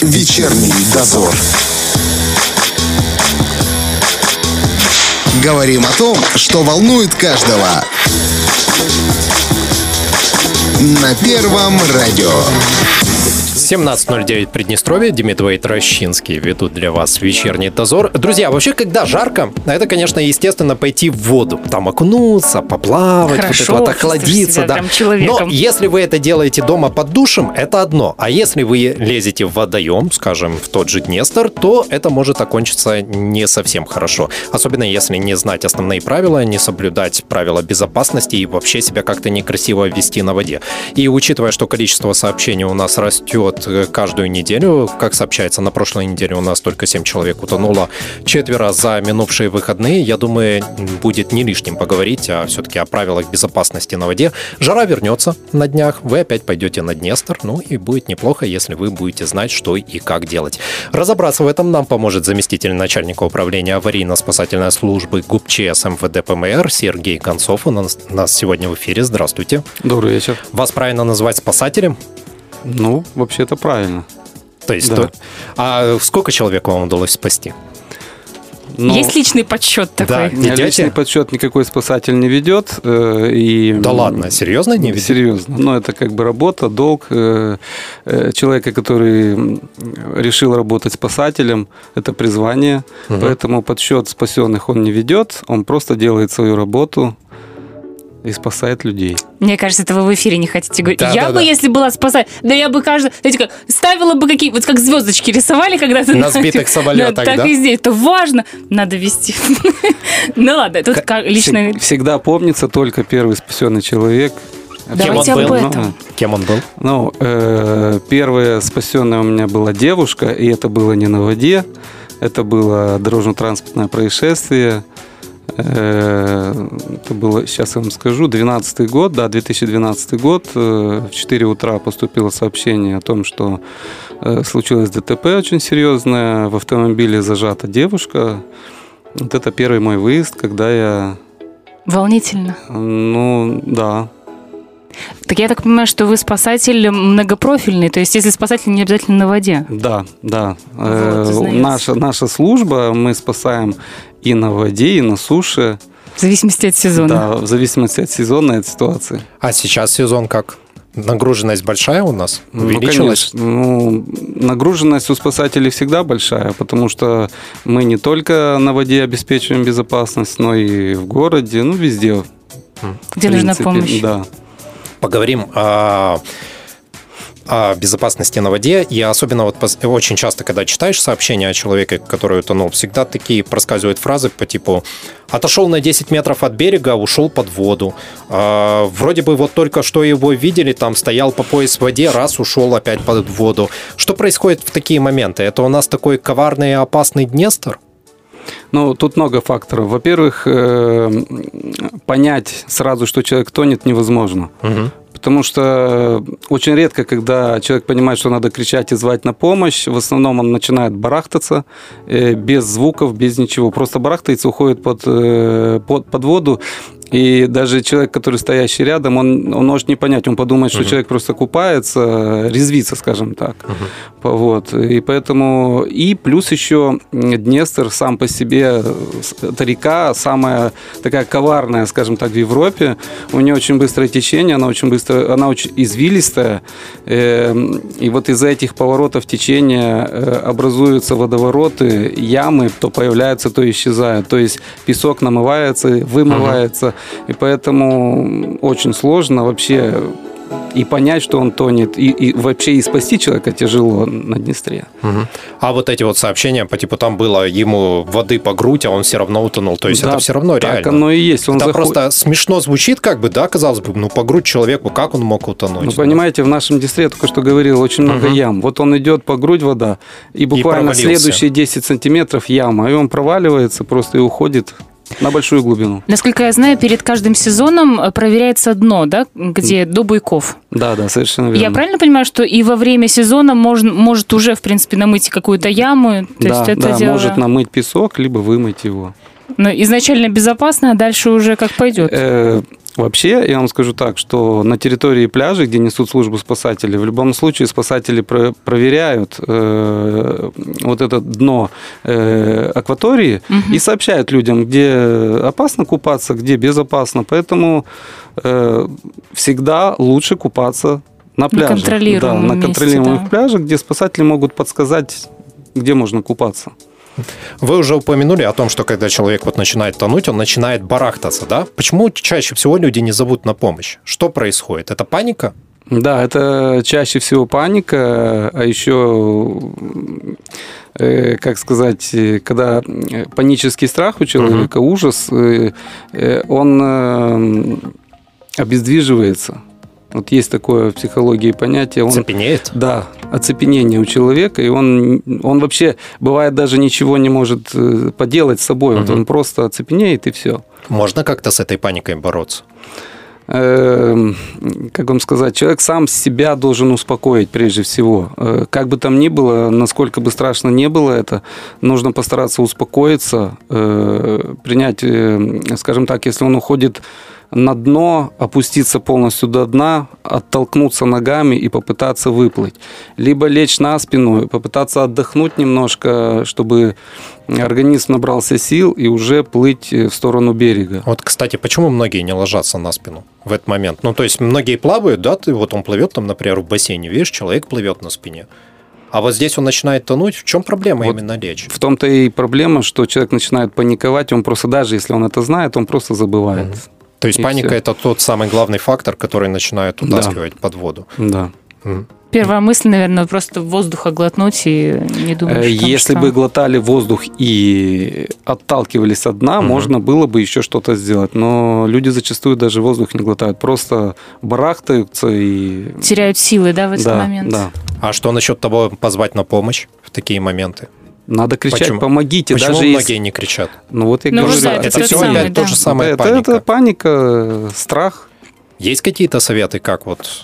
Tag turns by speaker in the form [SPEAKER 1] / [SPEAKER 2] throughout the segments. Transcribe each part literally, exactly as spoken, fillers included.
[SPEAKER 1] Вечерний дозор. Говорим о том, что волнует каждого. На Первом радио.
[SPEAKER 2] семнадцать ноль девять Приднестровье. Дмитрий Трощинский ведут для вас вечерний дозор. Друзья, вообще, когда жарко, это, конечно, естественно, пойти в воду. Там окунуться, поплавать,
[SPEAKER 3] Хорошо,
[SPEAKER 2] вот это вот охладиться. Да. Но если вы это делаете дома под душем, это одно. А если вы лезете в водоем, скажем, в тот же Днестр, то это может окончиться не совсем хорошо. Особенно если не знать основные правила, не соблюдать правила безопасности и вообще себя как-то некрасиво вести на воде. И учитывая, что количество сообщений у нас растет каждую неделю, как сообщается, на прошлой неделе у нас только семь человек утонуло, четверо за минувшие выходные, я думаю, будет не лишним поговорить а все-таки о правилах безопасности на воде. Жара вернется на днях, вы опять пойдете на Днестр, ну и будет неплохо, если вы будете знать, что и как делать. Разобраться в этом нам поможет заместитель начальника управления аварийно-спасательной службы ГУПЧС МВД ПМР Сергей Концов. У нас, у нас сегодня в эфире. Здравствуйте.
[SPEAKER 4] Добрый вечер.
[SPEAKER 2] Вас правильно назвать спасателем?
[SPEAKER 4] Ну, вообще-то правильно.
[SPEAKER 2] То есть,
[SPEAKER 4] да.
[SPEAKER 2] то... А сколько человек вам удалось спасти?
[SPEAKER 3] Ну, есть личный подсчет такой?
[SPEAKER 2] Да,
[SPEAKER 4] личный подсчет никакой спасатель не ведет. Э, и...
[SPEAKER 2] Да ладно, серьезно не ведет?
[SPEAKER 4] Серьезно. Но это как бы работа, долг э, э, человека, который решил работать спасателем, это призвание. Угу. Поэтому подсчет спасенных он не ведет, он просто делает свою работу и спасает людей.
[SPEAKER 3] Мне кажется, это вы в эфире не хотите говорить.
[SPEAKER 2] Да,
[SPEAKER 3] я
[SPEAKER 2] да,
[SPEAKER 3] бы,
[SPEAKER 2] да.
[SPEAKER 3] если была спасать, да я бы каждый, знаете как, ставила бы какие, вот как звездочки рисовали когда-то.
[SPEAKER 2] На сбитых самолетах, да?
[SPEAKER 3] Так и здесь, это важно, надо вести. Ну ладно, тут лично...
[SPEAKER 4] Всегда помнится только первый спасенный человек.
[SPEAKER 3] Давайте об этом.
[SPEAKER 2] Кем он был?
[SPEAKER 4] Ну, первая спасенная у меня была девушка, и это было не на воде, это было дорожно-транспортное происшествие. Это было, сейчас я вам скажу, двенадцатый год, да, две тысячи двенадцатый год. В четыре утра поступило сообщение о том, что случилось ДТП очень серьезное. В автомобиле зажата девушка. Вот это первый мой выезд, когда я...
[SPEAKER 3] Волнительно.
[SPEAKER 4] Ну, да.
[SPEAKER 3] Так я так понимаю, что вы спасатель многопрофильный, то есть если спасатель не обязательно на воде.
[SPEAKER 4] Да, да.
[SPEAKER 3] Вот,
[SPEAKER 4] э, наша, наша служба, мы спасаем и на воде, и на суше.
[SPEAKER 3] В зависимости от сезона.
[SPEAKER 4] Да, в зависимости от сезона и от ситуации.
[SPEAKER 2] А сейчас сезон как? Нагруженность большая у нас? Увеличилась?
[SPEAKER 4] Ну, конечно. Ну, нагруженность у спасателей всегда большая, потому что мы не только на воде обеспечиваем безопасность, но и в городе, ну, везде.
[SPEAKER 3] Где нужна помощь.
[SPEAKER 4] Да.
[SPEAKER 2] Поговорим о, о безопасности на воде. И особенно вот очень часто, когда читаешь сообщения о человеке, который утонул, всегда такие проскальзывают фразы по типу «отошел на десять метров от берега, ушел под воду». А, вроде бы вот только что его видели, там стоял по пояс в воде, раз ушел опять под воду. Что происходит в такие моменты? Это у нас такой коварный и опасный Днестр?
[SPEAKER 4] Ну, тут много факторов. Во-первых, э, понять сразу, что человек тонет, невозможно. Угу. Потому что очень редко, когда человек понимает, что надо кричать и звать на помощь, в основном он начинает барахтаться э, без звуков, без ничего. Просто барахтается, уходит под, э, под, под воду. И даже человек, который стоящий рядом, он, он может не понять, он подумает, что uh-huh. человек просто купается, резвится, скажем так. Uh-huh. Вот. И поэтому, и плюс еще Днестр сам по себе, это река самая такая коварная, скажем так, в Европе. У нее очень быстрое течение, она очень быстро, она очень извилистая. И вот из-за этих поворотов течения образуются водовороты, ямы, то появляются, то исчезают. То есть песок намывается, вымывается. Uh-huh. И поэтому очень сложно вообще и понять, что он тонет, и, и вообще и спасти человека тяжело на Днестре.
[SPEAKER 2] Угу. А вот эти вот сообщения, по типу там было ему воды по грудь, а он все равно утонул. То есть да, это все равно
[SPEAKER 4] так
[SPEAKER 2] реально.
[SPEAKER 4] Так оно и есть. Он
[SPEAKER 2] это
[SPEAKER 4] заход...
[SPEAKER 2] просто смешно звучит, как бы, да, казалось бы, ну по грудь человеку, как он мог утонуть?
[SPEAKER 4] Ну, понимаете, в нашем Днестре, я только что говорил, очень много угу. ям. Вот он идет по грудь вода, и буквально и следующие десять сантиметров яма, и он проваливается просто и уходит на большую глубину.
[SPEAKER 3] Насколько я знаю, перед каждым сезоном проверяется дно, да, где до буйков.
[SPEAKER 4] Да, да, совершенно верно.
[SPEAKER 3] Я правильно понимаю, что и во время сезона можно, может уже, в принципе, намыть какую-то яму? То
[SPEAKER 4] да,
[SPEAKER 3] есть это
[SPEAKER 4] да,
[SPEAKER 3] дело...
[SPEAKER 4] может намыть песок, либо вымыть его.
[SPEAKER 3] Но изначально безопасно, а дальше уже как пойдет.
[SPEAKER 4] Вообще, я вам скажу так, что на территории пляжа, где несут службу спасатели, в любом случае спасатели про- проверяют э, вот это дно э, акватории угу. и сообщают людям, где опасно купаться, где безопасно. Поэтому э, всегда лучше купаться на пляже.
[SPEAKER 3] На контролируемом
[SPEAKER 4] да, на контролируемых
[SPEAKER 3] месте, да.
[SPEAKER 4] пляжах, где спасатели могут подсказать, где можно купаться.
[SPEAKER 2] Вы уже упомянули о том, что когда человек вот начинает тонуть, он начинает барахтаться, да? Почему чаще всего люди не зовут на помощь? Что происходит? Это паника?
[SPEAKER 4] Да, это чаще всего паника, а еще, э, как сказать, когда панический страх у человека, uh-huh. ужас, э, э, он э, обездвиживается. Вот есть такое в психологии понятие. Он,
[SPEAKER 2] Цепенеет?
[SPEAKER 4] Да, оцепенение у человека, и он, он вообще, бывает, даже ничего не может поделать с собой. Uh-huh. Вот он просто оцепенеет, и все.
[SPEAKER 2] Можно как-то с этой паникой бороться?
[SPEAKER 4] Как вам сказать, человек сам себя должен успокоить прежде всего. Как бы там ни было, насколько бы страшно не было это, нужно постараться успокоиться, принять, скажем так, если он уходит на дно, опуститься полностью до дна, оттолкнуться ногами и попытаться выплыть. Либо лечь на спину, попытаться отдохнуть немножко, чтобы организм набрался сил и уже плыть в сторону берега.
[SPEAKER 2] Вот, кстати, почему многие не ложатся на спину в этот момент? Ну, то есть, многие плавают, да, ты, вот он плывет там, например, в бассейне, видишь, человек плывет на спине. А вот здесь он начинает тонуть. В чем проблема вот именно лечь?
[SPEAKER 4] В том-то и проблема, что человек начинает паниковать, он просто, даже если он это знает, он просто забывает.
[SPEAKER 2] Угу. То есть и паника все. Это тот самый главный фактор, который начинает утаскивать да. под воду.
[SPEAKER 4] Да.
[SPEAKER 2] Угу.
[SPEAKER 3] Первая мысль, наверное, просто воздуха глотнуть и не думать, что
[SPEAKER 4] Если
[SPEAKER 3] там,
[SPEAKER 4] бы
[SPEAKER 3] что...
[SPEAKER 4] глотали воздух и отталкивались от дна, угу. можно было бы еще что-то сделать. Но люди зачастую даже воздух не глотают, просто барахтаются и...
[SPEAKER 3] Теряют силы, да, в этот
[SPEAKER 4] да,
[SPEAKER 3] момент?
[SPEAKER 4] Да.
[SPEAKER 2] А что насчет того, позвать на помощь в такие моменты?
[SPEAKER 4] Надо кричать,
[SPEAKER 2] Почему?
[SPEAKER 4] помогите.
[SPEAKER 2] Почему
[SPEAKER 4] даже
[SPEAKER 2] многие
[SPEAKER 4] если...
[SPEAKER 2] не кричат?
[SPEAKER 4] Ну вот я
[SPEAKER 3] ну,
[SPEAKER 4] говорю,
[SPEAKER 3] да,
[SPEAKER 2] это,
[SPEAKER 3] это
[SPEAKER 2] все
[SPEAKER 3] самый,
[SPEAKER 2] опять
[SPEAKER 3] да.
[SPEAKER 2] то же самое
[SPEAKER 4] это,
[SPEAKER 2] паника.
[SPEAKER 4] Это паника, страх.
[SPEAKER 2] Есть какие-то советы, как вот...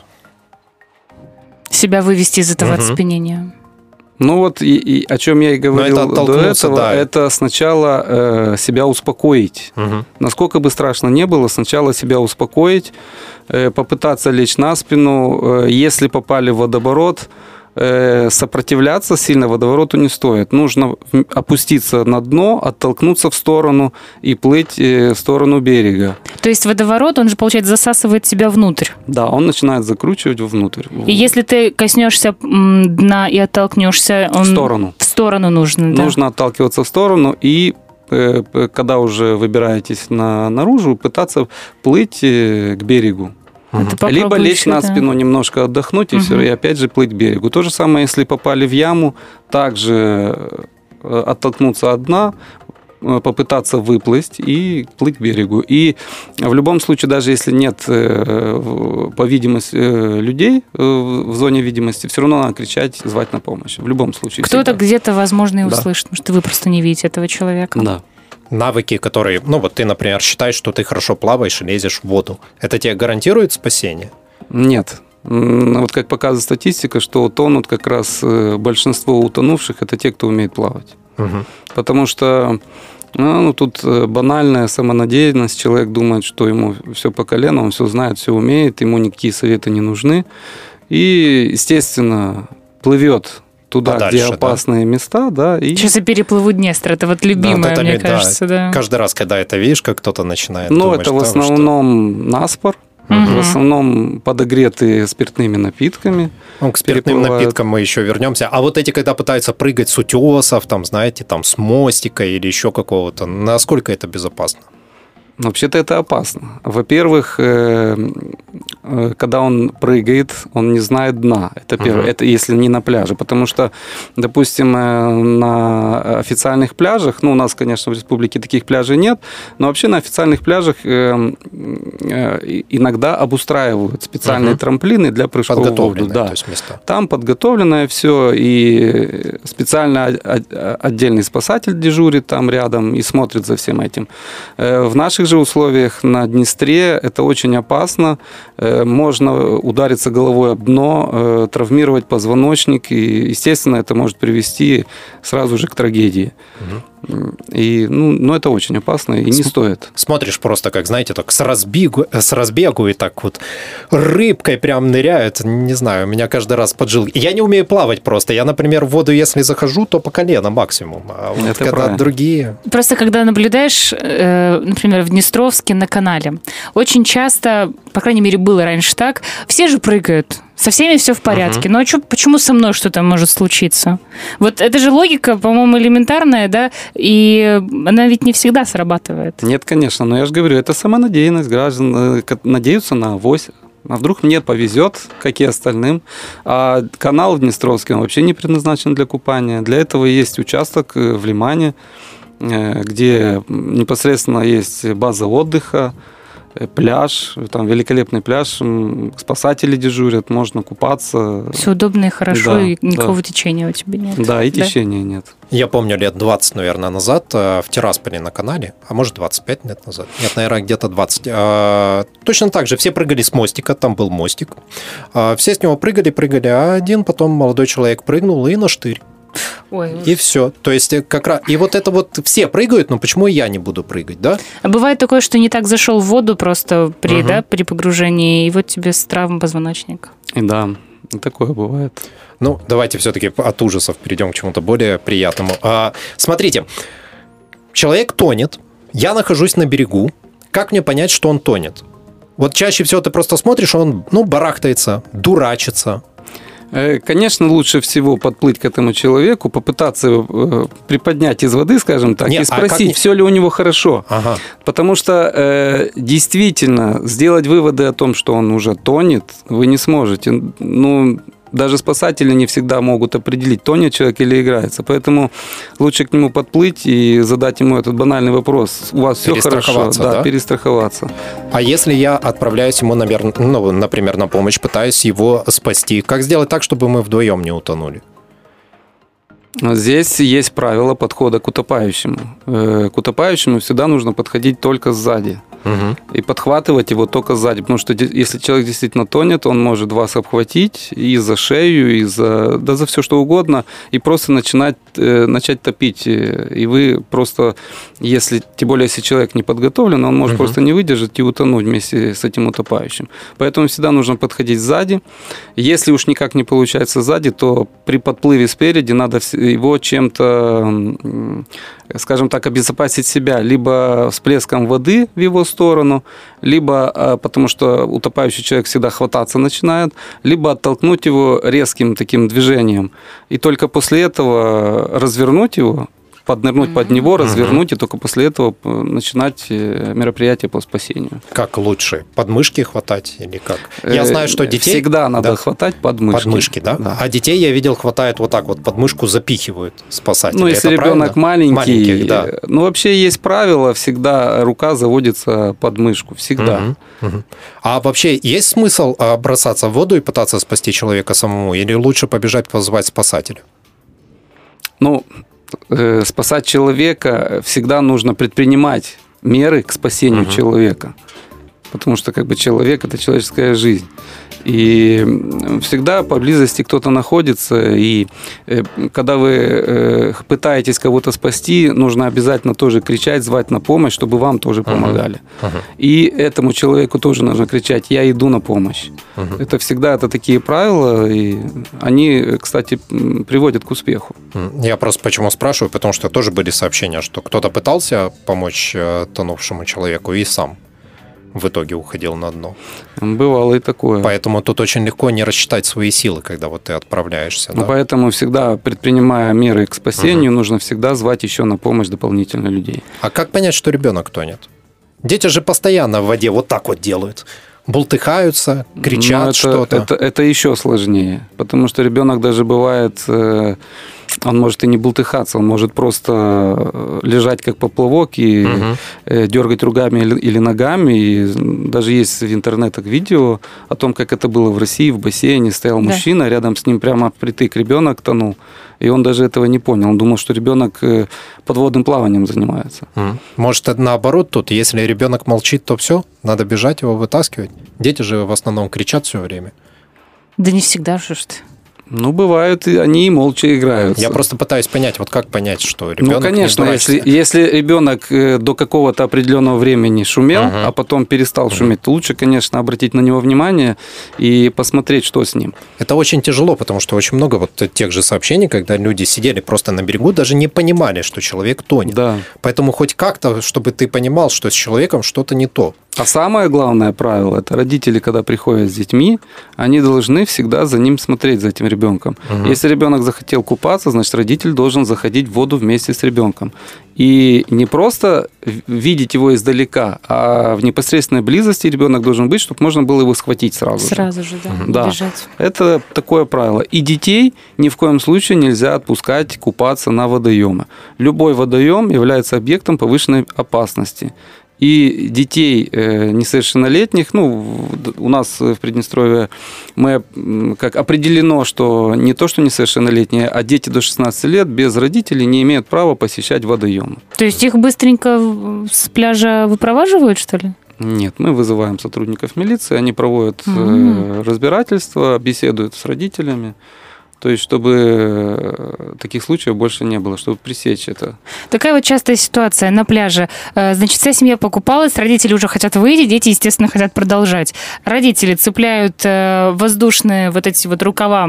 [SPEAKER 3] себя вывести из этого угу. оцепенения?
[SPEAKER 4] Ну вот и, и о чем я и говорил
[SPEAKER 2] это
[SPEAKER 4] до этого,
[SPEAKER 2] да.
[SPEAKER 4] это сначала э, себя успокоить.
[SPEAKER 2] Угу.
[SPEAKER 4] Насколько бы страшно не было, сначала себя успокоить, э, попытаться лечь на спину. Э, если попали в водоворот, э, сопротивляться сильно водовороту не стоит. Нужно опуститься на дно, оттолкнуться в сторону и плыть э, в сторону берега.
[SPEAKER 3] То есть водоворот, он же, получается, засасывает тебя внутрь.
[SPEAKER 4] Да, он начинает закручивать внутрь.
[SPEAKER 3] И если ты коснешься дна и оттолкнешься... Он...
[SPEAKER 4] В сторону.
[SPEAKER 3] В сторону нужно, да?
[SPEAKER 4] Нужно отталкиваться в сторону и, э, когда уже выбираетесь на, наружу, пытаться плыть э, к берегу.
[SPEAKER 3] Это
[SPEAKER 4] либо лечь
[SPEAKER 3] еще,
[SPEAKER 4] на
[SPEAKER 3] да.
[SPEAKER 4] спину, немножко отдохнуть, и угу. все, и опять же плыть к берегу. То же самое, если попали в яму, также оттолкнуться от дна, попытаться выплыть и плыть к берегу. И в любом случае, даже если нет, по видимости, людей в зоне видимости, все равно надо кричать, звать на помощь. В любом случае.
[SPEAKER 3] Кто-то
[SPEAKER 4] всегда.
[SPEAKER 3] где-то, возможно, и
[SPEAKER 4] да.
[SPEAKER 3] услышит, потому что вы просто не видите этого человека.
[SPEAKER 4] Да.
[SPEAKER 2] Навыки, которые... Ну, вот ты, например, считаешь, что ты хорошо плаваешь и лезешь в воду. Это тебе гарантирует спасение?
[SPEAKER 4] Нет. Вот как показывает статистика, что тонут как раз большинство утонувших – это те, кто умеет плавать.
[SPEAKER 2] Угу.
[SPEAKER 4] Потому что ну, тут банальная самонадеянность. Человек думает, что ему все по колено, он все знает, все умеет, ему никакие советы не нужны. И, естественно, плывет туда, подальше, где опасные да? места. Да, и...
[SPEAKER 3] Сейчас я переплыву Днестр. Это вот любимое, да, вот это, мне да, кажется. Да.
[SPEAKER 2] Каждый раз, когда это видишь, как кто-то начинает
[SPEAKER 4] ну,
[SPEAKER 2] думать,
[SPEAKER 4] это в основном что... наспор. Угу. В основном подогретые спиртными напитками.
[SPEAKER 2] Ну, к спиртным переплывают. Напиткам мы еще вернемся. А вот эти, когда пытаются прыгать с утесов, там, знаете, там, с мостика или еще какого-то, насколько это безопасно?
[SPEAKER 4] Вообще-то это опасно. Во-первых, когда он прыгает, он не знает дна. Это первое. Uh-huh. Это если не на пляже. Потому что, допустим, на официальных пляжах, ну, у нас, конечно, в республике таких пляжей нет, но вообще на официальных пляжах иногда обустраивают специальные uh-huh. трамплины для прыжков в воду. Да.
[SPEAKER 2] То есть места.
[SPEAKER 4] Там подготовленное все, и специально отдельный спасатель дежурит там рядом и смотрит за всем этим. В наших этих же условиях на Днестре это очень опасно. Можно удариться головой об дно, травмировать позвоночник, и, естественно, это может привести сразу же к трагедии. Угу. И, ну, ну, это очень опасно и не См- стоит.
[SPEAKER 2] Смотришь просто, как, знаете, так с разбегу, с разбегу и так вот рыбкой прям ныряют. Не знаю, у меня каждый раз поджилки. Я не умею плавать просто. Я, например, в воду, если захожу, то по колено максимум. А вот
[SPEAKER 4] это
[SPEAKER 2] когда
[SPEAKER 4] правильно.
[SPEAKER 2] Другие...
[SPEAKER 3] Просто когда наблюдаешь, например, в Днестровске на канале, очень часто, по крайней мере, было раньше так, все же прыгают. Со всеми все в порядке. Uh-huh. Ну а чё, почему со мной что-то может случиться? Вот это же логика, по-моему, элементарная, да? И она ведь не всегда срабатывает.
[SPEAKER 4] Нет, конечно. Но я же говорю, это самонадеянность граждан. Надеются на авось. А вдруг мне повезет, как и остальным. А канал в Днестровске он вообще не предназначен для купания. Для этого есть участок в Лимане, где непосредственно есть база отдыха, пляж, там великолепный пляж, спасатели дежурят, можно купаться.
[SPEAKER 3] Все удобно и хорошо, да, и никакого
[SPEAKER 4] да.
[SPEAKER 3] течения у тебя нет.
[SPEAKER 4] Да, и
[SPEAKER 3] да?
[SPEAKER 4] течения нет.
[SPEAKER 2] Я помню лет двадцать, наверное, назад в Тирасполе на канале, а может двадцать пять лет назад, нет, наверное, где-то двадцать. Точно так же все прыгали с мостика, там был мостик. Все с него прыгали, прыгали, а один потом молодой человек прыгнул и на штырь.
[SPEAKER 3] Ой.
[SPEAKER 2] И все. То есть как раз... И вот это вот все прыгают, но почему я не буду прыгать, да?
[SPEAKER 3] А бывает такое, что не так зашел в воду просто при, угу. да, при погружении, и вот тебе с травмой позвоночника.
[SPEAKER 4] И да, такое бывает.
[SPEAKER 2] Ну, давайте все-таки от ужасов перейдем к чему-то более приятному. А, смотрите, человек тонет, я нахожусь на берегу. Как мне понять, что он тонет? Вот чаще всего ты просто смотришь, он, ну, барахтается, дурачится.
[SPEAKER 4] Конечно, лучше всего подплыть к этому человеку, попытаться приподнять из воды, скажем так, Нет, и спросить, а все ли у него хорошо. Ага. Потому что э, действительно сделать выводы о том, что он уже тонет, вы не сможете. Ну, даже спасатели не всегда могут определить, тонет человек или играется. Поэтому лучше к нему подплыть и задать ему этот банальный вопрос. У вас все хорошо?
[SPEAKER 2] Да,
[SPEAKER 4] да, перестраховаться.
[SPEAKER 2] А если я отправляюсь ему, ну, например, на помощь, пытаюсь его спасти, как сделать так, чтобы мы вдвоем не утонули?
[SPEAKER 4] Здесь есть правило подхода к утопающему. К утопающему всегда нужно подходить только сзади. Угу. И подхватывать его только сзади. Потому что если человек действительно тонет, он может вас обхватить и за шею, и за, да, за все что угодно, и просто начинать, начать топить. И вы просто, если, тем более, если человек не подготовлен, он может угу. просто не выдержать и утонуть вместе с этим утопающим. Поэтому всегда нужно подходить сзади. Если уж никак не получается сзади, то при подплыве спереди надо его чем-то, скажем так, обезопасить себя. Либо всплеском воды в его сторону, либо потому что утопающий человек всегда хвататься начинает, либо оттолкнуть его резким таким движением. И только после этого развернуть его, поднырнуть mm-hmm. под него, развернуть, mm-hmm. и только после этого начинать мероприятие по спасению.
[SPEAKER 2] Как лучше? Подмышки хватать или как? Я знаю, что детей...
[SPEAKER 4] Всегда надо да. хватать подмышки.
[SPEAKER 2] Подмышки, да? да? А детей, я видел, хватает вот так вот, подмышку запихивают спасатели.
[SPEAKER 4] Ну, если
[SPEAKER 2] это
[SPEAKER 4] ребенок правильно? маленький...
[SPEAKER 2] Маленьких, да.
[SPEAKER 4] Ну, вообще есть правило, всегда рука заводится под мышку. Всегда.
[SPEAKER 2] Mm-hmm. Mm-hmm. А вообще есть смысл бросаться в воду и пытаться спасти человека самому? Или лучше побежать позвать спасателя?
[SPEAKER 4] Ну... Спасать человека всегда нужно предпринимать меры к спасению угу. человека. Потому что как бы человек – это человеческая жизнь. И всегда поблизости кто-то находится, и когда вы пытаетесь кого-то спасти, нужно обязательно тоже кричать, звать на помощь, чтобы вам тоже помогали. Uh-huh. Uh-huh. И этому человеку тоже нужно кричать: «Я иду на помощь». Uh-huh. Это всегда это такие правила, и они, кстати, приводят к успеху.
[SPEAKER 2] Я просто почему спрашиваю, потому что тоже были сообщения, что кто-то пытался помочь тонувшему человеку и сам в итоге уходил на дно.
[SPEAKER 4] Бывало и такое.
[SPEAKER 2] Поэтому тут очень легко не рассчитать свои силы, когда вот ты отправляешься.
[SPEAKER 4] Ну,
[SPEAKER 2] да?
[SPEAKER 4] Поэтому всегда, предпринимая меры к спасению, угу. нужно всегда звать еще на помощь дополнительно людей.
[SPEAKER 2] А как понять, что ребенок тонет? Дети же постоянно в воде вот так вот делают. Бултыхаются, кричат
[SPEAKER 4] это,
[SPEAKER 2] что-то.
[SPEAKER 4] Это, это еще сложнее, потому что ребенок даже бывает... он может и не бултыхаться, он может просто лежать как поплавок и угу. дергать руками или ногами. И даже есть в интернетах видео о том, как это было в России, в бассейне стоял да. мужчина, рядом с ним прямо впритык ребенок тонул. И он даже этого не понял. Он думал, что ребенок подводным плаванием занимается.
[SPEAKER 2] Может, это наоборот тут, если ребенок молчит, то все, надо бежать его вытаскивать. Дети же в основном кричат все время.
[SPEAKER 3] Да не всегда, что ж ты.
[SPEAKER 4] Ну, бывает, и они молча играют.
[SPEAKER 2] Я просто пытаюсь понять, вот как понять, что ребенок
[SPEAKER 4] Ну, конечно,
[SPEAKER 2] не
[SPEAKER 4] если, если ребенок до какого-то определенного времени шумел, uh-huh. а потом перестал uh-huh. шуметь, то лучше, конечно, обратить на него внимание и посмотреть, что с ним.
[SPEAKER 2] Это очень тяжело, потому что очень много вот тех же сообщений, когда люди сидели просто на берегу, даже не понимали, что человек тонет.
[SPEAKER 4] Да.
[SPEAKER 2] Поэтому хоть как-то, чтобы ты понимал, что с человеком что-то не то.
[SPEAKER 4] А самое главное правило – это родители, когда приходят с детьми, они должны всегда за ним смотреть, за этим ребенком. Угу. Если ребенок захотел купаться, значит, родитель должен заходить в воду вместе с ребенком. И не просто видеть его издалека, а в непосредственной близости ребенок должен быть, чтобы можно было его схватить сразу же.
[SPEAKER 3] Сразу же, да,
[SPEAKER 4] да. Бежать. Это такое правило. И детей ни в коем случае нельзя отпускать купаться на водоемы. Любой водоем является объектом повышенной опасности. И детей несовершеннолетних, ну, у нас в Приднестровье мы как определено, что не то, что несовершеннолетние, а дети до шестнадцати лет без родителей не имеют права посещать водоемы.
[SPEAKER 3] То есть их быстренько с пляжа выпроваживают, что ли?
[SPEAKER 4] Нет, мы вызываем сотрудников милиции, они проводят mm-hmm. разбирательство, беседуют с родителями. То есть, чтобы таких случаев больше не было, чтобы пресечь это.
[SPEAKER 3] Такая вот частая ситуация на пляже. Значит, вся семья покупалась, родители уже хотят выйти, дети, естественно, хотят продолжать. Родители цепляют воздушные вот эти вот рукава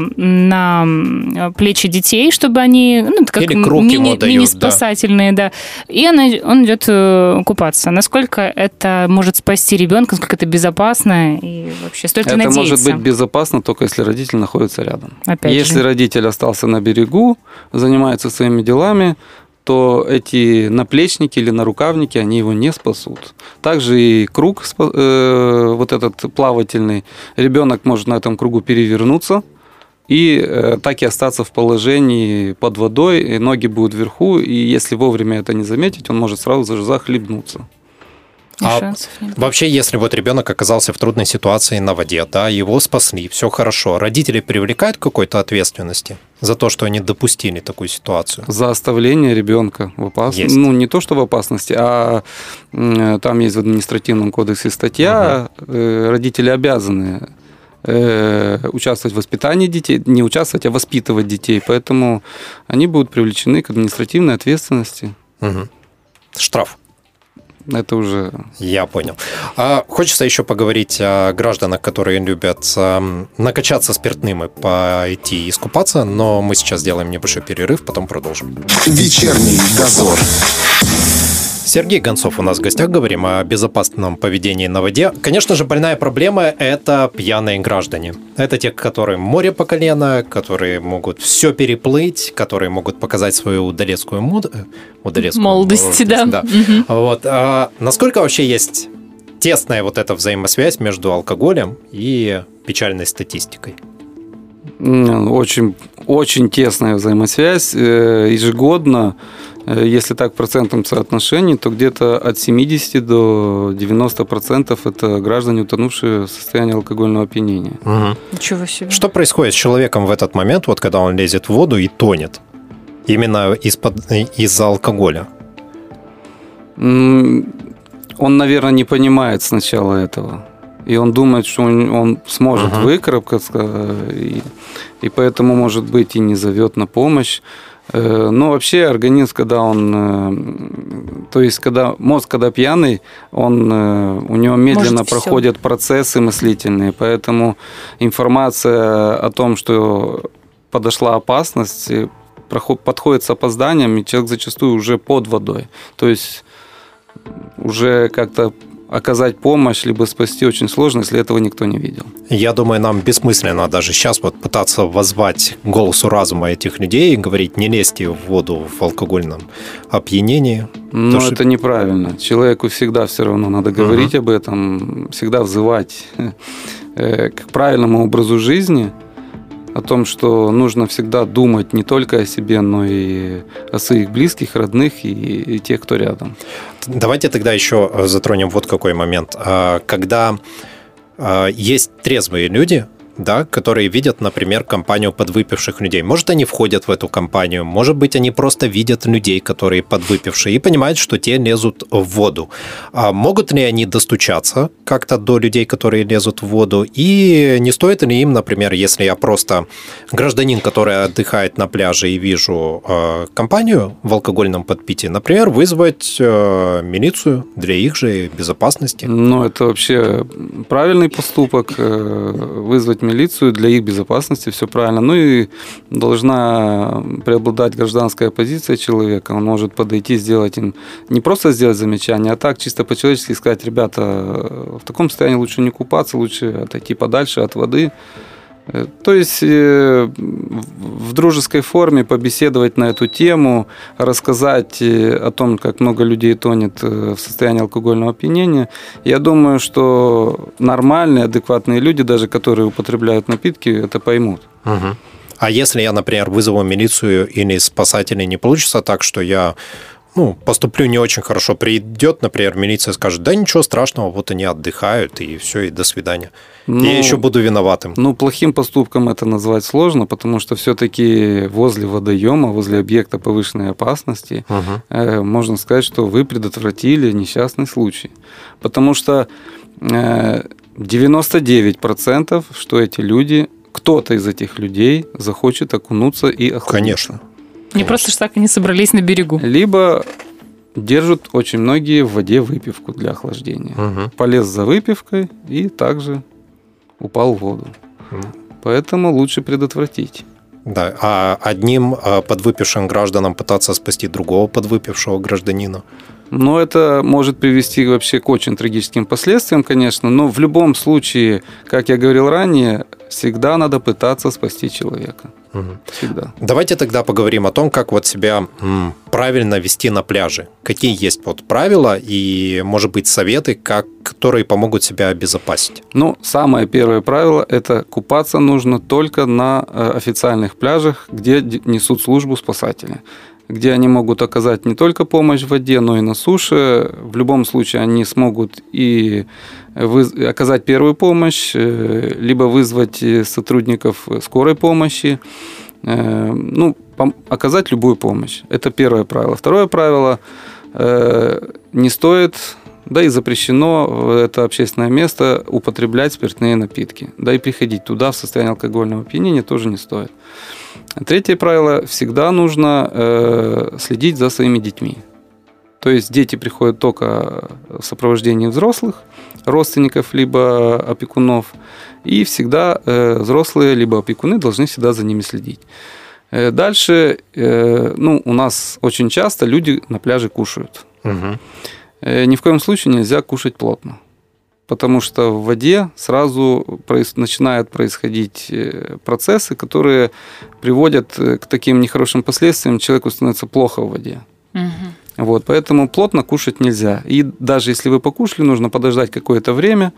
[SPEAKER 3] на плечи детей, чтобы они, ну, как
[SPEAKER 2] Или круг
[SPEAKER 3] мини,
[SPEAKER 2] ему дают,
[SPEAKER 3] мини-спасательные, да. да. И она, он идет купаться. Насколько это может спасти ребенка, насколько это безопасно и вообще стоит ли
[SPEAKER 4] это
[SPEAKER 3] надеяться?
[SPEAKER 4] Это может быть безопасно только если родитель находится рядом.
[SPEAKER 3] Опять
[SPEAKER 4] если
[SPEAKER 3] же.
[SPEAKER 4] родитель остался на берегу, занимается своими делами, то эти наплечники или нарукавники, они его не спасут. Также и круг, э, вот этот плавательный, ребенок может на этом кругу перевернуться и э, так и остаться в положении под водой, и ноги будут вверху, и если вовремя это не заметить, он может сразу же захлебнуться.
[SPEAKER 2] А вообще, если вот ребенок оказался в трудной ситуации на воде, да, его спасли, все хорошо, родители привлекают к какой-то ответственности за то, что они допустили такую ситуацию?
[SPEAKER 4] За оставление ребенка в опасности. Ну, не то, что в опасности, а там есть в административном кодексе статья, угу. родители обязаны участвовать в воспитании детей, не участвовать, а воспитывать детей, поэтому они будут привлечены к административной ответственности.
[SPEAKER 2] Угу. Штраф.
[SPEAKER 4] Это уже...
[SPEAKER 2] Я понял. А хочется еще поговорить о гражданах, которые любят накачаться спиртным и пойти искупаться, но мы сейчас сделаем небольшой перерыв, потом продолжим.
[SPEAKER 1] Вечерний дозор.
[SPEAKER 2] Сергей Гонцов у нас в гостях, говорим о безопасном поведении на воде. Конечно же, больная проблема – это пьяные граждане. Это те, которым море по колено, которые могут все переплыть, которые могут показать свою удалецкую, муд... удалецкую
[SPEAKER 3] молодость. молодость да.
[SPEAKER 2] да. Угу. Вот. А насколько вообще есть тесная вот эта взаимосвязь между алкоголем и печальной статистикой?
[SPEAKER 4] Очень, очень тесная взаимосвязь. Ежегодно, если так в процентном соотношении, то где-то от семидесяти до девяноста процентов это граждане, утонувшие в состоянии алкогольного опьянения.
[SPEAKER 2] Угу.
[SPEAKER 3] Ничего себе.
[SPEAKER 2] Что происходит с человеком в этот момент, вот когда он лезет в воду и тонет? Именно из-под, из-за алкоголя?
[SPEAKER 4] Он, наверное, не понимает сначала этого. И он думает, что он, он сможет uh-huh. выкарабкаться, и, и поэтому, может быть, и не зовет на помощь. Но вообще организм, когда он, то есть когда мозг, когда пьяный, он, у него медленно может проходят все. Процессы мыслительные, поэтому информация о том, что подошла опасность, подходит с опозданием, и человек зачастую уже под водой. То есть уже как-то оказать помощь, либо спасти очень сложно, если этого никто не видел.
[SPEAKER 2] Я думаю, нам бессмысленно даже сейчас вот пытаться воззвать к голосу разума этих людей и говорить, не лезьте в воду в алкогольном опьянении.
[SPEAKER 4] Но это что... неправильно. Человеку всегда все равно надо говорить uh-huh. об этом, всегда взывать к правильному образу жизни. о том, что нужно всегда думать не только о себе, но и о своих близких, родных и, и тех, кто рядом.
[SPEAKER 2] Давайте тогда еще затронем вот какой момент. Когда есть трезвые люди, да, которые видят, например, компанию подвыпивших людей. Может, они входят в эту компанию, может быть, они просто видят людей, которые подвыпившие, и понимают, что те лезут в воду. А могут ли они достучаться как-то до людей, которые лезут в воду? И не стоит ли им, например, если я просто гражданин, который отдыхает на пляже и вижу э, компанию в алкогольном подпитии, например, вызвать э, милицию для их же безопасности?
[SPEAKER 4] Ну, это вообще правильный поступок, э, вызвать милицию для их безопасности, все правильно. Ну и должна преобладать гражданская позиция человека. Он может подойти, сделать им, не просто сделать замечание, а так чисто по-человечески сказать: ребята, в таком состоянии лучше не купаться, лучше отойти подальше от воды. То есть в дружеской форме побеседовать на эту тему, рассказать о том, как много людей тонет в состоянии алкогольного опьянения. Я думаю, что нормальные, адекватные люди, даже которые употребляют напитки, это поймут.
[SPEAKER 2] Угу. А если я, например, вызову милицию или спасателей, не получится так, что я ну, поступлю не очень хорошо, придет, например, милиция скажет: да ничего страшного, вот они отдыхают, и все, и до свидания. Ну, я еще буду виноватым.
[SPEAKER 4] Ну, плохим поступком это назвать сложно, потому что все-таки возле водоема, возле объекта повышенной опасности, угу. э, можно сказать, что вы предотвратили несчастный случай. Потому что э, девяносто девять процентов, что эти люди, кто-то из этих людей захочет окунуться и охладиться.
[SPEAKER 2] Конечно.
[SPEAKER 3] Не просто ж так они собрались на берегу.
[SPEAKER 4] Либо держат очень многие в воде выпивку для охлаждения. Угу. Полез за выпивкой и также упал в воду. Угу. Поэтому лучше предотвратить.
[SPEAKER 2] Да, а одним подвыпившим гражданам пытаться спасти другого подвыпившего гражданина?
[SPEAKER 4] Ну, это может привести вообще к очень трагическим последствиям, конечно, но в любом случае, как я говорил ранее, всегда надо пытаться спасти человека. Угу. Всегда.
[SPEAKER 2] Давайте тогда поговорим о том, как вот себя м, правильно вести на пляже. Какие есть вот правила и, может быть, советы, как, которые помогут себя обезопасить?
[SPEAKER 4] Ну, самое первое правило – это купаться нужно только на официальных пляжах, где несут службу спасатели, где они могут оказать не только помощь в воде, но и на суше. В любом случае они смогут и вы... оказать первую помощь, либо вызвать сотрудников скорой помощи, ну, оказать любую помощь. Это первое правило. Второе правило – не стоит, да и запрещено в это общественное место употреблять спиртные напитки. Да и приходить туда в состоянии алкогольного опьянения тоже не стоит. Третье правило – всегда нужно э, следить за своими детьми. То есть дети приходят только в сопровождении взрослых, родственников либо опекунов, и всегда э, взрослые либо опекуны должны всегда за ними следить. Э, дальше, э, ну, у нас очень часто люди на пляже кушают. Угу. Э, ни в коем случае нельзя кушать плотно. Потому что в воде сразу проис... начинают происходить процессы, которые приводят к таким нехорошим последствиям, человеку становится плохо в воде. Угу. Вот, поэтому плотно кушать нельзя. И даже если вы покушали, нужно подождать какое-то время,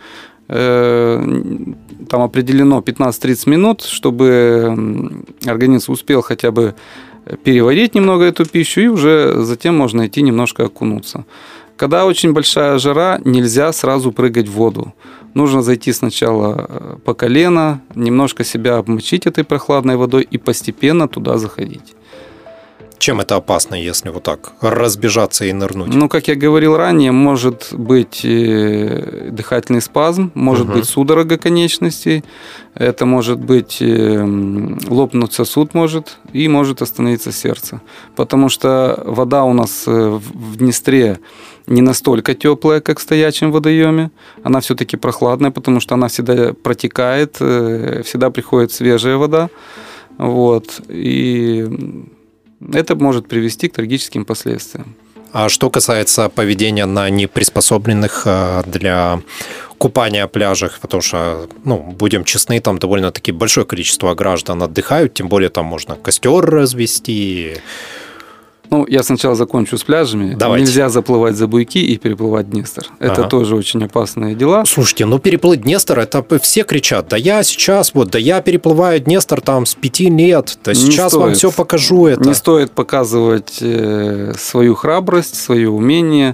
[SPEAKER 4] там определено пятнадцать-тридцать минут, чтобы организм успел хотя бы переварить немного эту пищу, и уже затем можно идти немножко окунуться. Когда очень большая жара, нельзя сразу прыгать в воду. Нужно зайти сначала по колено, немножко себя обмочить этой прохладной водой и постепенно туда заходить.
[SPEAKER 2] Чем это опасно, если вот так разбежаться и нырнуть?
[SPEAKER 4] Ну, как я говорил ранее, может быть дыхательный спазм, может угу. быть судорога конечностей, это может быть лопнуть сосуд может и может остановиться сердце. Потому что вода у нас в Днестре не настолько теплая, как в стоячем водоеме. Она все-таки прохладная, потому что она всегда протекает, всегда приходит свежая вода. Вот. И это может привести к трагическим последствиям.
[SPEAKER 2] А что касается поведения на неприспособленных для купания пляжах, потому что, ну, будем честны, там довольно-таки большое количество граждан отдыхают, тем более там можно костер развести.
[SPEAKER 4] Ну, я сначала закончу с пляжами.
[SPEAKER 2] Давайте.
[SPEAKER 4] Нельзя заплывать за буйки и переплывать Днестр. Это ага. тоже очень опасные дела.
[SPEAKER 2] Слушайте, ну переплыть Днестр, это все кричат, да я сейчас, вот, да я переплываю Днестр там с пяти лет, да сейчас вам все покажу это.
[SPEAKER 4] Не стоит показывать э, свою храбрость, свое умение.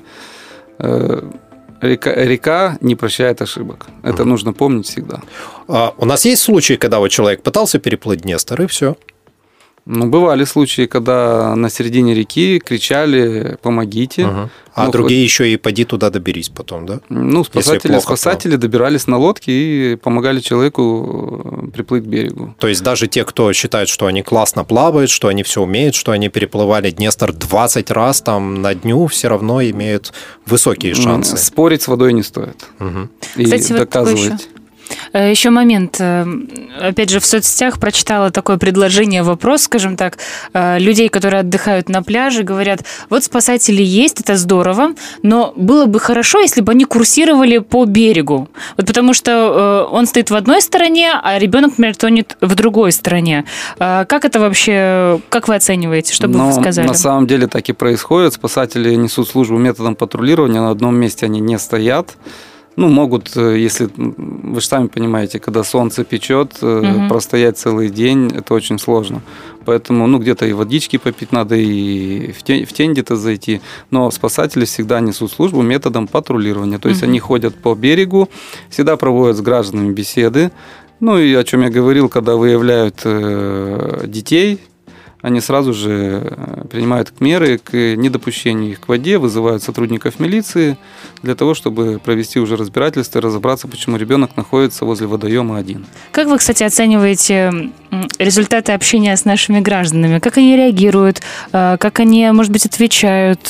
[SPEAKER 4] Э, река, река не прощает ошибок. Это mm. нужно помнить всегда.
[SPEAKER 2] А у нас есть случаи, когда вот человек пытался переплыть Днестр, и все?
[SPEAKER 4] Ну, бывали случаи, когда на середине реки кричали «помогите».
[SPEAKER 2] Угу. А ну, другие хоть... еще и «поди туда, доберись» потом, да?
[SPEAKER 4] Ну, спасатели, спасатели добирались на лодке и помогали человеку приплыть к берегу.
[SPEAKER 2] То есть даже те, кто считает, что они классно плавают, что они все умеют, что они переплывали Днестр двадцать раз там на дню, все равно имеют высокие шансы.
[SPEAKER 4] Спорить с водой не стоит.
[SPEAKER 2] Угу.
[SPEAKER 4] И Кстати, доказывать... Вот
[SPEAKER 3] еще момент. Опять же, в соцсетях прочитала такое предложение, вопрос, скажем так, людей, которые отдыхают на пляже, говорят, вот спасатели есть, это здорово, но было бы хорошо, если бы они курсировали по берегу. Вот потому что он стоит в одной стороне, а ребенок, например, тонет в другой стороне. Как это вообще, как вы оцениваете, что бы
[SPEAKER 4] но
[SPEAKER 3] вы сказали?
[SPEAKER 4] На самом деле так и происходит. Спасатели несут службу методом патрулирования, на одном месте они не стоят. Ну, могут, если, вы же сами понимаете, когда солнце печет, угу. простоять целый день, это очень сложно. Поэтому, ну, где-то и водички попить надо, и в тень, в тень где-то зайти. Но спасатели всегда несут службу методом патрулирования. То есть угу. они ходят по берегу, всегда проводят с гражданами беседы. Ну, и о чем я говорил, когда выявляют э, детей, они сразу же принимают меры к недопущению их к воде, вызывают сотрудников милиции для того, чтобы провести уже разбирательство и разобраться, почему ребенок находится возле водоема один.
[SPEAKER 3] Как вы, кстати, оцениваете результаты общения с нашими гражданами? Как они реагируют? Как они, может быть, отвечают?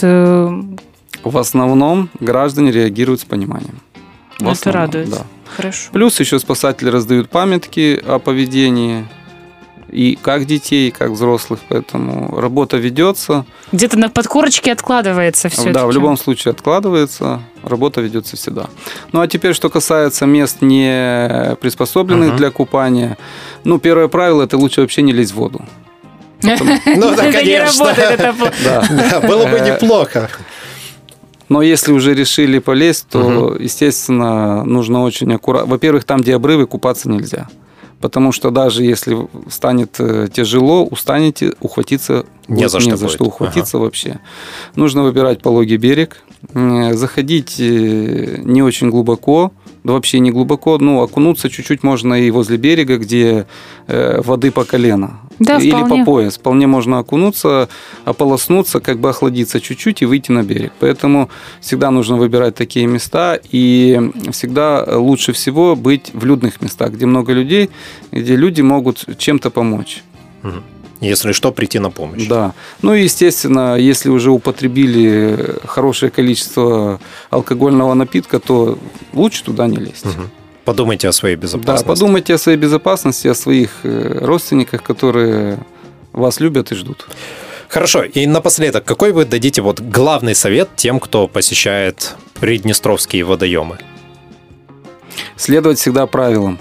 [SPEAKER 4] В основном граждане реагируют с пониманием.
[SPEAKER 3] В Это радует.
[SPEAKER 4] Да.
[SPEAKER 3] Хорошо.
[SPEAKER 4] Плюс еще спасатели раздают памятки о поведении. И как детей, как взрослых, поэтому работа ведется.
[SPEAKER 3] Где-то на подкорочке откладывается все.
[SPEAKER 4] Да, в любом случае откладывается, работа ведется всегда. Ну а теперь, что касается мест, не приспособленных uh-huh. для купания, ну первое правило – это лучше вообще не лезть в воду.
[SPEAKER 2] Ну да, конечно. Было бы неплохо.
[SPEAKER 4] Но если уже решили полезть, то, естественно, нужно очень аккуратно. Во-первых, там, где обрывы, купаться нельзя. Потому что даже если станет тяжело, устанете, ухватиться
[SPEAKER 2] не за что,
[SPEAKER 4] не за что ухватиться ага. вообще. Нужно выбирать пологий берег, заходить не очень глубоко, да вообще не глубоко, ну, окунуться чуть-чуть можно и возле берега, где воды по колено.
[SPEAKER 3] Да,
[SPEAKER 4] или
[SPEAKER 3] вполне.
[SPEAKER 4] по пояс. Вполне можно окунуться, ополоснуться, как бы охладиться чуть-чуть и выйти на берег. Поэтому всегда нужно выбирать такие места, и всегда лучше всего быть в людных местах, где много людей, где люди могут чем-то помочь.
[SPEAKER 2] Если что, прийти на помощь.
[SPEAKER 4] Да. Ну и, естественно, если уже употребили хорошее количество алкогольного напитка, то лучше туда не лезть.
[SPEAKER 2] Угу. Подумайте о своей безопасности.
[SPEAKER 4] Да, подумайте о своей безопасности, о своих родственниках, которые вас любят и ждут.
[SPEAKER 2] Хорошо. И напоследок, какой вы дадите вот главный совет тем, кто посещает приднестровские водоемы?
[SPEAKER 4] Следовать всегда правилам.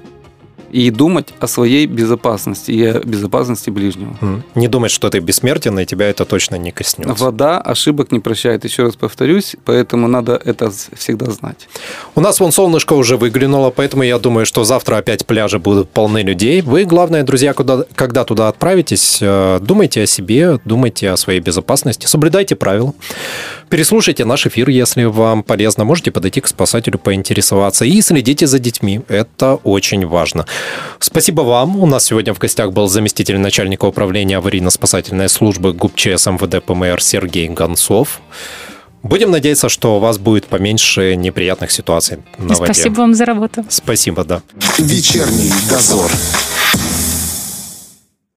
[SPEAKER 4] И думать о своей безопасности и о безопасности ближнего.
[SPEAKER 2] Не думать, что ты бессмертен, и тебя это точно не коснется.
[SPEAKER 4] Вода ошибок не прощает, еще раз повторюсь, поэтому надо это всегда знать.
[SPEAKER 2] У нас вон солнышко уже выглянуло, поэтому я думаю, что завтра опять пляжи будут полны людей. Вы, главное, друзья, куда, когда туда отправитесь, думайте о себе, думайте о своей безопасности, соблюдайте правила. Переслушайте наш эфир, если вам полезно. Можете подойти к спасателю, поинтересоваться. И следите за детьми. Это очень важно. Спасибо вам. У нас сегодня в гостях был заместитель начальника управления аварийно-спасательной службы ГУПЧС МВД ПМР Сергей Гонцов. Будем надеяться, что у вас будет поменьше неприятных ситуаций на воде.
[SPEAKER 3] Спасибо вам за работу.
[SPEAKER 2] Спасибо, да.
[SPEAKER 1] Вечерний дозор.